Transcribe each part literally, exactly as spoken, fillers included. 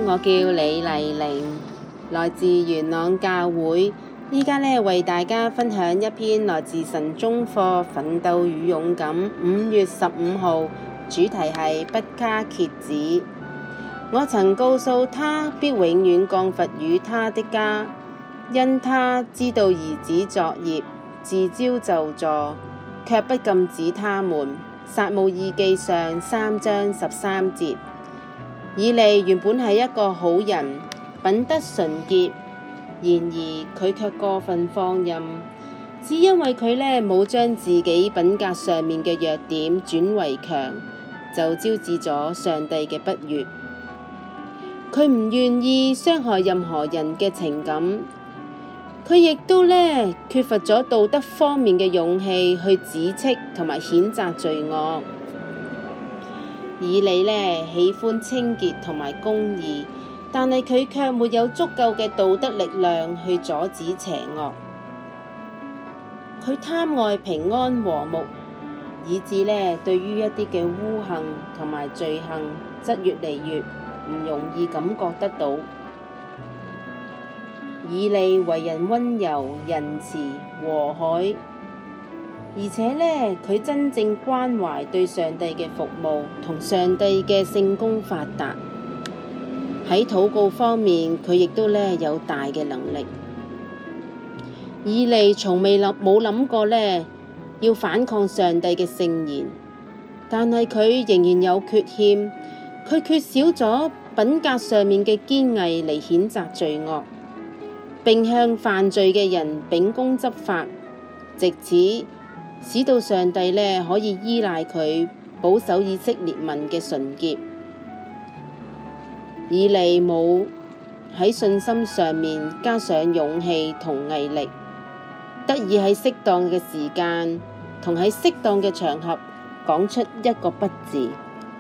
我叫李麗玲，來自元朗教會。依家呢，為大家分享一篇來自神中課《奮鬥與勇敢》五月十五號，主題係不加歇止。我曾告訴他，必永遠降罰與他的家，因他知道兒子作孽，自招咒詛，卻不禁止他們。撒母耳記上三章十三節。以利原本係一個好人，品德純潔，然而佢卻過分放任，只因為佢呢冇將自己品格上面嘅弱點轉為強，就招致咗上帝嘅不悅。佢唔願意傷害任何人嘅情感，佢亦都呢缺乏咗道德方面嘅勇氣去指斥同埋譴責罪惡。以利呢喜歡清潔同埋公義，但係佢卻沒有足夠嘅道德力量去阻止邪惡。佢貪愛平安和睦，以致呢對於一啲嘅污行同埋罪行，則越嚟越唔容易感覺得到。以利為人溫柔、仁慈、和藹，而且呢，佢真正關懷對上帝嘅服務，同上帝嘅聖工發達。喺禱告方面，佢亦都呢有大嘅能力。以利從未諗冇諗過呢要反抗上帝嘅聖言，但係佢仍然有缺陷，佢缺少咗品格上面嘅堅毅嚟譴責罪惡，並向犯罪嘅人秉公執法，藉此使到上帝呢可以依賴佢保守以色列民嘅純潔。以利冇喺信心上面加上勇氣同毅力，得以喺適當嘅時間同喺適當嘅場合講出一個不字。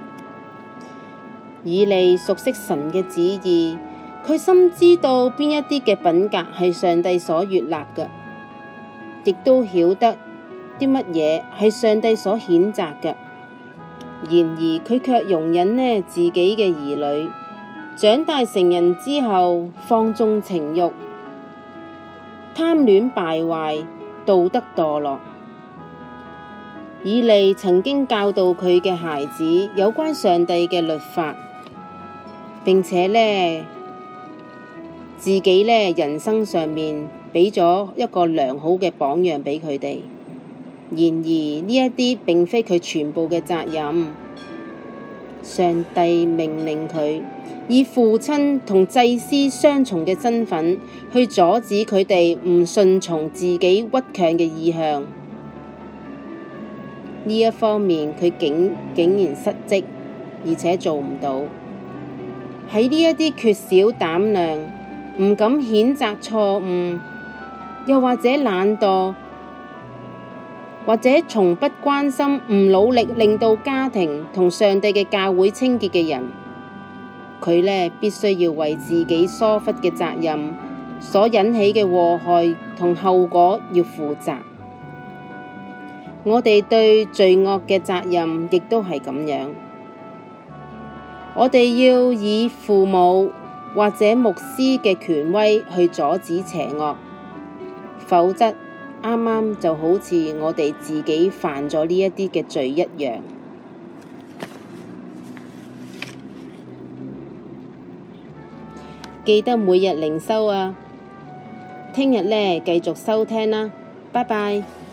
以利熟悉神嘅旨意，佢深知道邊一啲嘅品格係上帝所悅納嘅，亦都曉得啲乜嘢係上帝所譴責嘅。然而佢卻容忍呢自己嘅兒女長大成人之後，放縱情慾、貪戀敗壞、道德墮落。以利曾經教導佢嘅孩子有關上帝嘅律法，並且呢自己呢人生上面俾咗一個良好嘅榜樣俾佢哋。然而呢一啲並非佢全部嘅責任，上帝命令佢以父親同祭司雙重嘅身份去阻止佢哋唔順從自己屈強嘅意向。呢一方面佢竟竟然失職，而且做唔到。喺呢一啲缺少膽量、唔敢譴責錯誤，又或者懶惰，或者從不關心、唔努力令到家庭同上帝嘅教會清潔嘅人，佢呢必須要為自己疏忽嘅責任所引起嘅禍害同後果要負責。我哋對罪惡嘅責任亦都係咁樣，我哋要以父母或者牧師嘅權威去阻止邪惡，否則啱啱就好似我哋自己犯咗呢一啲嘅罪一樣。記得每日靈修啊！聽日呢繼續收聽啦，拜拜。